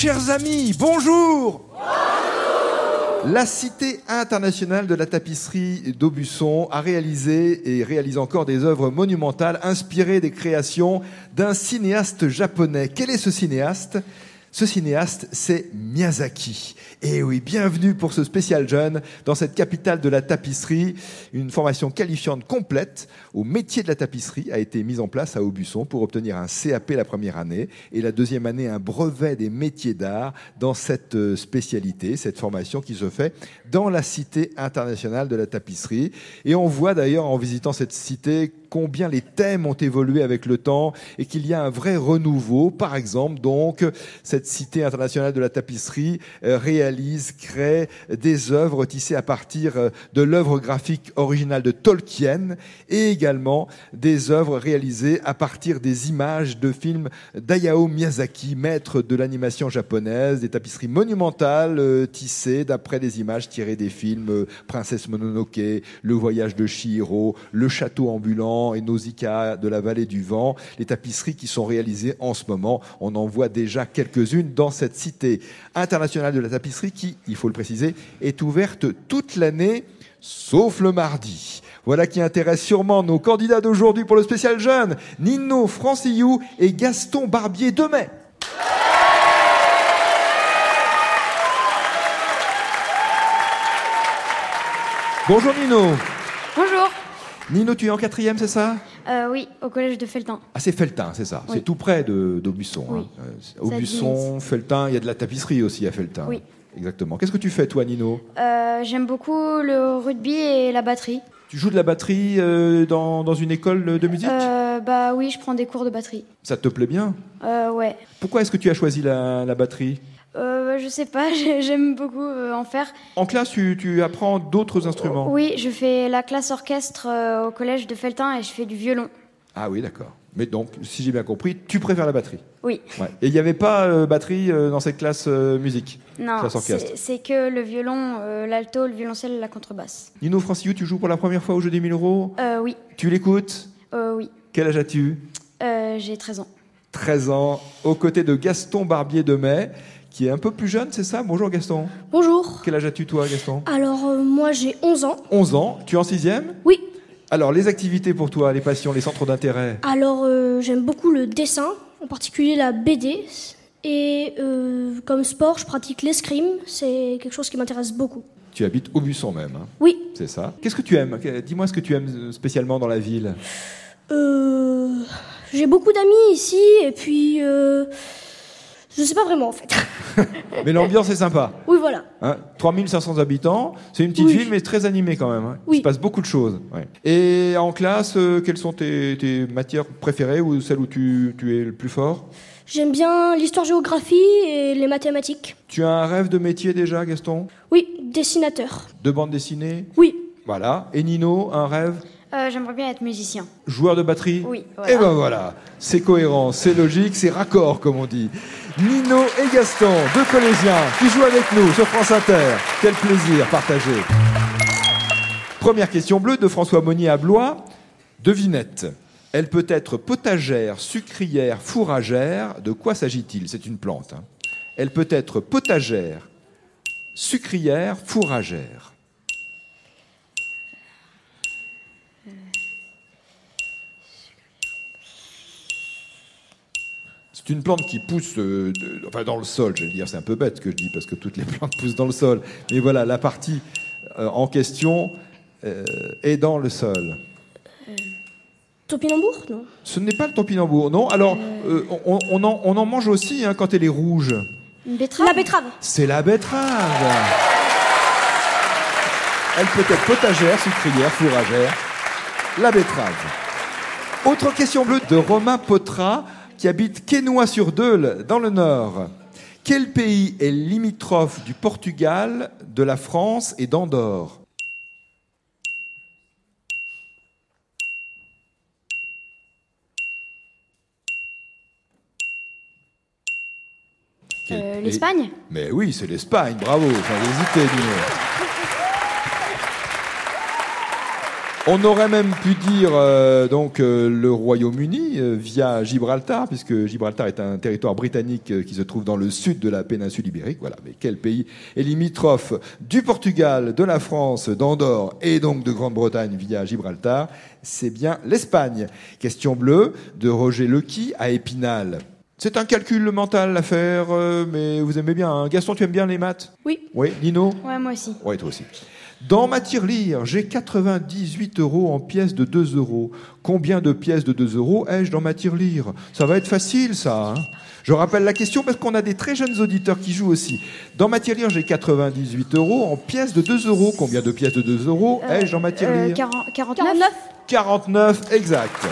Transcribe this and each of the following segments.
Chers amis, bonjour. La Cité internationale de la tapisserie d'Aubusson a réalisé et réalise encore des œuvres monumentales inspirées des créations d'un cinéaste japonais. Quel est ce cinéaste ? Ce cinéaste, c'est Miyazaki. Et oui, bienvenue pour ce spécial jeune dans cette capitale de la tapisserie. Une formation qualifiante complète au métier de la tapisserie a été mise en place à Aubusson pour obtenir un CAP la première année et la deuxième année un brevet des métiers d'art dans cette spécialité, cette formation qui se fait dans la Cité internationale de la tapisserie. Et on voit d'ailleurs en visitant cette cité combien les thèmes ont évolué avec le temps et qu'il y a un vrai renouveau. Par exemple, donc, cette Cité internationale de la tapisserie crée des œuvres tissées à partir de l'œuvre graphique originale de Tolkien et également des œuvres réalisées à partir des images de films d'Hayao Miyazaki, maître de l'animation japonaise, des tapisseries monumentales tissées d'après des images tirées des films Princesse Mononoke, Le voyage de Chihiro, Le château ambulant et Nausicaa de la vallée du vent, les tapisseries qui sont réalisées en ce moment. On en voit déjà quelques-unes dans cette Cité internationale de la tapisserie qui, il faut le préciser, est ouverte toute l'année, sauf le mardi. Voilà qui intéresse sûrement nos candidats d'aujourd'hui pour le spécial jeune, Nino Francillou et Gaston Barbier-Demey. Bonjour Nino. Bonjour. Nino, tu es en 4e, c'est ça ? Oui, au collège de Felletin. Ah, c'est Felletin, c'est ça. Oui. C'est tout près d'Aubusson. Oui. Hein. Aubusson, Felletin, il y a de la tapisserie aussi à Felletin. Oui. Exactement. Qu'est-ce que tu fais, toi, Nino ? J'aime beaucoup le rugby et la batterie. Tu joues de la batterie dans une école de musique ? Bah oui, je prends des cours de batterie. Ça te plaît bien ? Ouais. Pourquoi est-ce que tu as choisi la batterie ? Je sais pas, j'aime beaucoup en faire. En classe, tu apprends d'autres instruments ? Oui, je fais la classe orchestre au collège de Felletin et je fais du violon. Ah oui, d'accord. Mais donc, si j'ai bien compris, tu préfères la batterie ? Oui. Ouais. Et il n'y avait pas batterie dans cette classe musique ? Non, classe orchestre. c'est que le violon, l'alto, le violoncelle et la contrebasse. Nino Francillou, tu joues pour la première fois au jeu des 1000 euros ? Oui. Tu l'écoutes ? Oui. Quel âge as-tu ? J'ai 13 ans. 13 ans, aux côtés de Gaston Barbier-Demey, qui est un peu plus jeune, c'est ça ? Bonjour Gaston. Bonjour. Quel âge as-tu toi, Gaston ? Alors, moi j'ai 11 ans. 11 ans, tu es en 6e ? Oui. Alors, les activités pour toi, les passions, les centres d'intérêt ? Alors, j'aime beaucoup le dessin, en particulier la BD. Et comme sport, je pratique l'escrime. C'est quelque chose qui m'intéresse beaucoup. Tu habites Aubusson même, hein ? Oui. C'est ça. Qu'est-ce que tu aimes ? Dis-moi ce que tu aimes spécialement dans la ville. J'ai beaucoup d'amis ici, et puis... je sais pas vraiment, en fait. Mais l'ambiance est sympa. Oui, voilà. Hein, 3500 habitants, c'est une petite ville, mais très animée quand même. Hein. Oui. Il se passe beaucoup de choses. Ouais. Et en classe, quelles sont tes matières préférées ou celles où tu es le plus fort ? J'aime bien l'histoire-géographie et les mathématiques. Tu as un rêve de métier déjà, Gaston ? Oui, dessinateur. De bande dessinée ? Oui. Voilà. Et Nino, un rêve ? J'aimerais bien être musicien. Joueur de batterie ? Oui, voilà. Et ben voilà, c'est cohérent, c'est logique, c'est raccord comme on dit. Nino et Gaston, deux collégiens qui jouent avec nous sur France Inter. Quel plaisir partagé. Première question bleue de François Monnier à Blois. Devinette. Elle peut être potagère, sucrière, fourragère. De quoi s'agit-il ? C'est une plante. Hein. Elle peut être potagère, sucrière, fourragère. C'est une plante qui pousse dans le sol, je vais dire. C'est un peu bête ce que je dis, parce que toutes les plantes poussent dans le sol. Mais voilà, la partie en question est dans le sol. Topinambour, non ? Ce n'est pas le topinambour, non. Alors, on en mange aussi hein, quand elle est rouge. Une betterave ? La betterave. C'est la betterave. Elle peut être potagère, sucrière, fourragère. La betterave. Autre question bleue de Romain Potra, qui habite Quesnoy-sur-Deûle, dans le Nord. Quel pays est limitrophe du Portugal, de la France et d'Andorre ? L'Espagne ? Mais oui, c'est l'Espagne, bravo, sans hésiter, Nino. On aurait même pu dire le Royaume-Uni via Gibraltar, puisque Gibraltar est un territoire britannique qui se trouve dans le sud de la péninsule ibérique. Voilà, mais quel pays est limitrophe du Portugal, de la France, d'Andorre et donc de Grande-Bretagne via Gibraltar? C'est bien l'Espagne. Question bleue de Roger Lequy à Épinal. C'est un calcul mental à faire, mais vous aimez bien. Hein. Gaston, tu aimes bien les maths? Oui. Oui, Nino? Ouais, moi aussi. Oui, toi aussi. Dans ma tirelire, j'ai 98 € en pièces de 2 €. Combien de pièces de 2 € ai-je dans ma tirelire? Ça va être facile, ça. Hein. Je rappelle la question parce qu'on a des très jeunes auditeurs qui jouent aussi. Dans ma tirelire, j'ai 98 € en pièces de 2 €. Combien de pièces de 2 € ai-je dans ma tirelire? 49. 49, exact.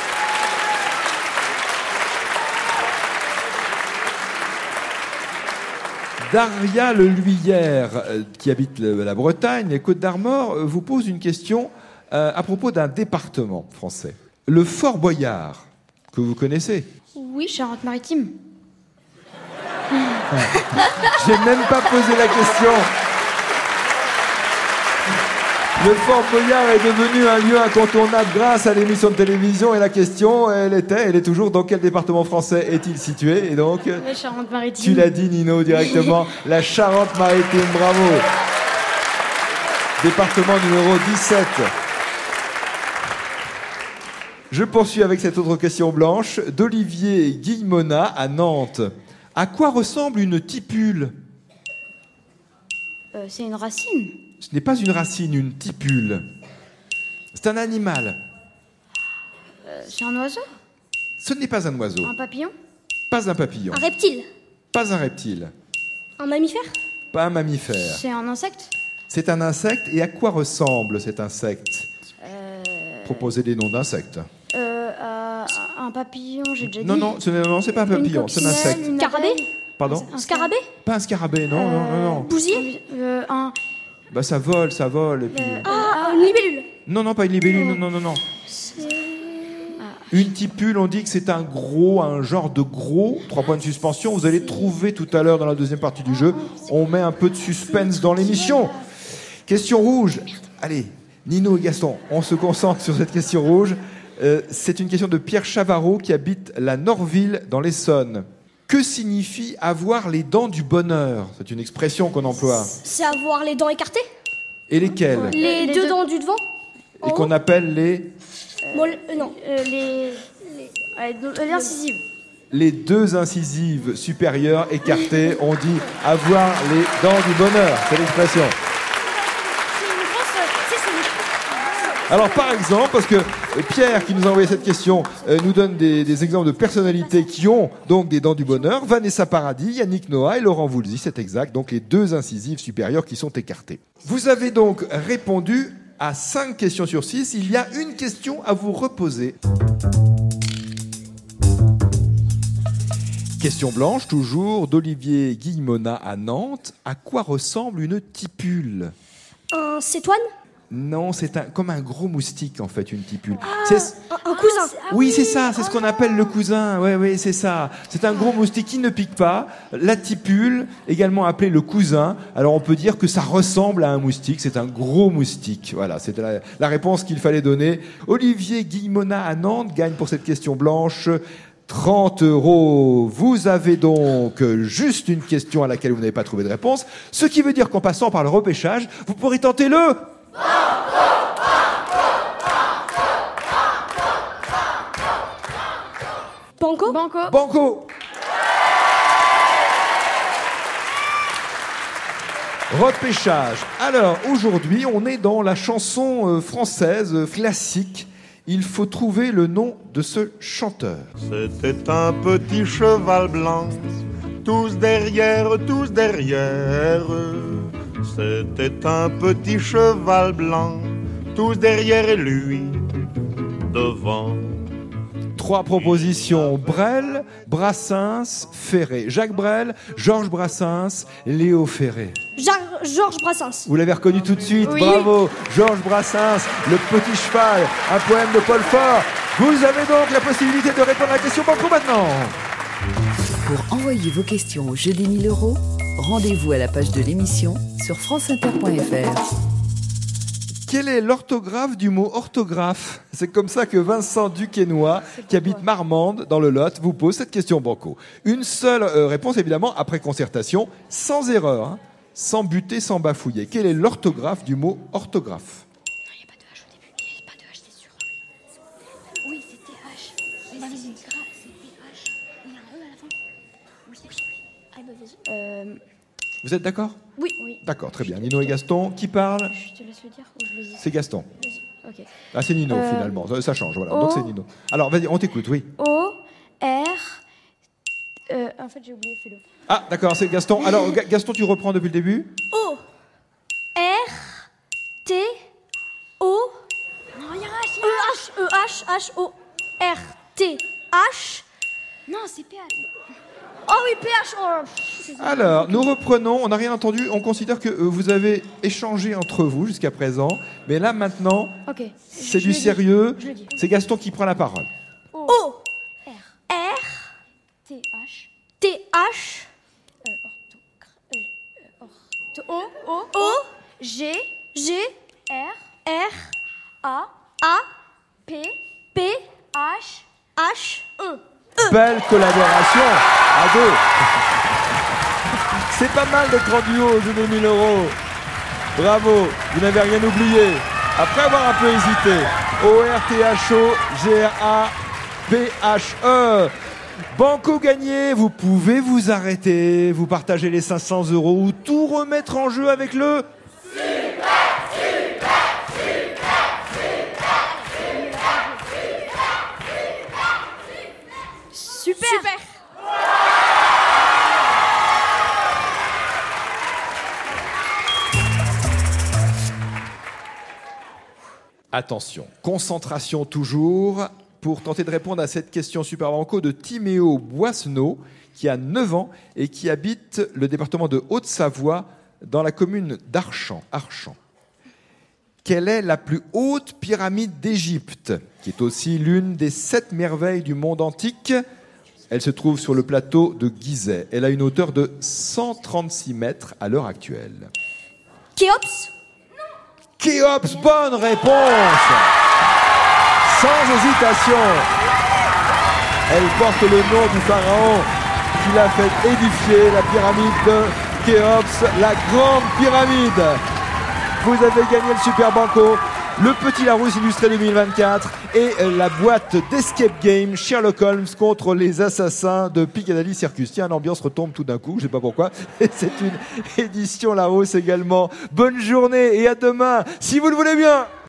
Daria Leluyère, qui habite la Bretagne, les Côtes-d'Armor, vous pose une question à propos d'un département français. Le Fort Boyard, que vous connaissez? Oui, Charente-Maritime. J'ai même pas posé la question. Le Fort Boyard est devenu un lieu incontournable grâce à l'émission de télévision et la question, elle est toujours dans quel département français est-il situé? Et donc, La Charente-Maritime. tu l'as dit Nino directement, la Charente-Maritime, bravo. Département numéro 17. Je poursuis avec cette autre question blanche d'Olivier Guillemona à Nantes. À quoi ressemble une tipule? C'est une racine. Ce n'est pas une racine, une tipule. C'est un animal. C'est un oiseau? Ce n'est pas un oiseau. Un papillon? Pas un papillon. Un reptile? Pas un reptile. Un mammifère? Pas un mammifère. C'est un insecte? C'est un insecte. Et à quoi ressemble cet insecte? Proposez des noms d'insectes. Un papillon, j'ai déjà dit. Non, c'est pas un papillon, c'est un insecte. Une Scarabée? abeille. Pardon? Un scarabée? Pas un scarabée, non. Bousier? Bah ça vole, et puis... Une libellule? Non, pas une libellule, non. Une tipule, on dit que c'est un genre de gros, 3 points de suspension. Vous allez trouver tout à l'heure dans la deuxième partie du jeu. On met un peu de suspense dans l'émission. Question rouge. Allez, Nino et Gaston, on se concentre sur cette question rouge. C'est une question de Pierre Chavarot qui habite la Norville dans l'Essonne. Que signifie avoir les dents du bonheur? C'est une expression qu'on emploie. C'est avoir les dents écartées? Et lesquelles? Les deux dents du devant? Et qu'on appelle les... Non. Les incisives. Les 2 incisives supérieures écartées. On dit avoir les dents du bonheur. C'est l'expression. Alors par exemple, parce que Pierre qui nous a envoyé cette question nous donne des exemples de personnalités qui ont donc des dents du bonheur. Vanessa Paradis, Yannick Noah et Laurent Voulzy, c'est exact. Donc les 2 incisives supérieures qui sont écartées. Vous avez donc répondu à 5 questions sur 6. Il y a une question à vous reposer. Question blanche, toujours, d'Olivier Guillemona à Nantes. À quoi ressemble une tipule? Un cétoine? Non, c'est comme un gros moustique, en fait, une tipule. Un cousin? Oui, c'est ça, c'est ce qu'on appelle le cousin. Oui, c'est ça. C'est un gros moustique qui ne pique pas. La tipule, également appelée le cousin. Alors, on peut dire que ça ressemble à un moustique. C'est un gros moustique. Voilà, c'était la réponse qu'il fallait donner. Olivier Guillemona à Nantes gagne pour cette question blanche 30 €. Vous avez donc juste une question à laquelle vous n'avez pas trouvé de réponse. Ce qui veut dire qu'en passant par le repêchage, vous pourrez tenter le... Banco. Repêchage. Alors, aujourd'hui, on est dans la chanson française classique. Il faut trouver le nom de ce chanteur. C'était un petit cheval blanc, tous derrière. C'était un petit cheval blanc, tous derrière lui, devant. 3 propositions. Brel, Brassens, Ferré. Jacques Brel, Georges Brassens, Léo Ferré. Georges Brassens. Vous l'avez reconnu tout de suite, Oui. Bravo. Georges Brassens, Le Petit Cheval, un poème de Paul Fort. Vous avez donc la possibilité de répondre à la question Banco maintenant. Pour envoyer vos questions au jeu des 1000 €, rendez-vous à la page de l'émission sur franceinter.fr. Quelle est l'orthographe du mot orthographe? C'est comme ça que Vincent Duquesnoy, qui habite Marmande, dans le Lot, vous pose cette question banco. Une seule réponse, évidemment, après concertation, sans erreur, hein, sans buter, sans bafouiller. Quelle est l'orthographe du mot orthographe? Non, il n'y a pas de H au début. Il n'y a pas de H, c'est sûr. Oui, c'est TH. Mais c'est grave, c'est TH. Il y a un E à la fin. Oui. Ah, bah vas-y. Vous êtes d'accord? Oui. D'accord, très bien. Nino et Gaston, qui parle? Je te laisse le dire ou je le dis? C'est Gaston. Ok. Ah, c'est Nino, finalement. Ça change, voilà. O. Donc c'est Nino. Alors, vas-y, on t'écoute, oui. O, R. En fait, j'ai oublié, fais-le. Ah, d'accord, c'est Gaston. Alors, Gaston, tu reprends depuis le début? O, R, T, O, Non, il y a un H, il y a un H. H, H, O, R, T, H. Non, c'est PH. Oh oui, PH. Oh. Alors, nous reprenons. On n'a rien entendu. On considère que vous avez échangé entre vous jusqu'à présent. Mais là, maintenant, Ok. c'est Je du le dis. sérieux. Je le dis. C'est Gaston qui prend la parole. O, R. R, T, H. T, H. O, O, O, G, G, R, R, A, A, P, P, H, H, E. Belle collaboration à deux. C'est pas mal d'être en duo au jeu des 1000 €. Bravo, vous n'avez rien oublié. Après avoir un peu hésité. O-R-T-H-O, G-R-A-P-H-E. Banco gagné, vous pouvez vous arrêter, vous partager les 500 € ou tout remettre en jeu avec le... Super. Attention, concentration toujours pour tenter de répondre à cette question Super Banco de Timéo Boissenot, qui a 9 ans et qui habite le département de Haute-Savoie dans la commune d'Archamps. Quelle est la plus haute pyramide d'Égypte, qui est aussi l'une des 7 merveilles du monde antique? Elle se trouve sur le plateau de Gizeh. Elle a une hauteur de 136 mètres à l'heure actuelle. Khéops. Khéops, bonne réponse. Sans hésitation. Elle porte le nom du pharaon qui l'a fait édifier, la pyramide de Khéops, la grande pyramide. Vous avez gagné le Super Banco, le Petit Larousse illustré 2024 et la boîte d'Escape Game Sherlock Holmes contre les assassins de Piccadilly Circus. Tiens, l'ambiance retombe tout d'un coup, je sais pas pourquoi. Et c'est une édition Larousse également. Bonne journée et à demain, si vous le voulez bien.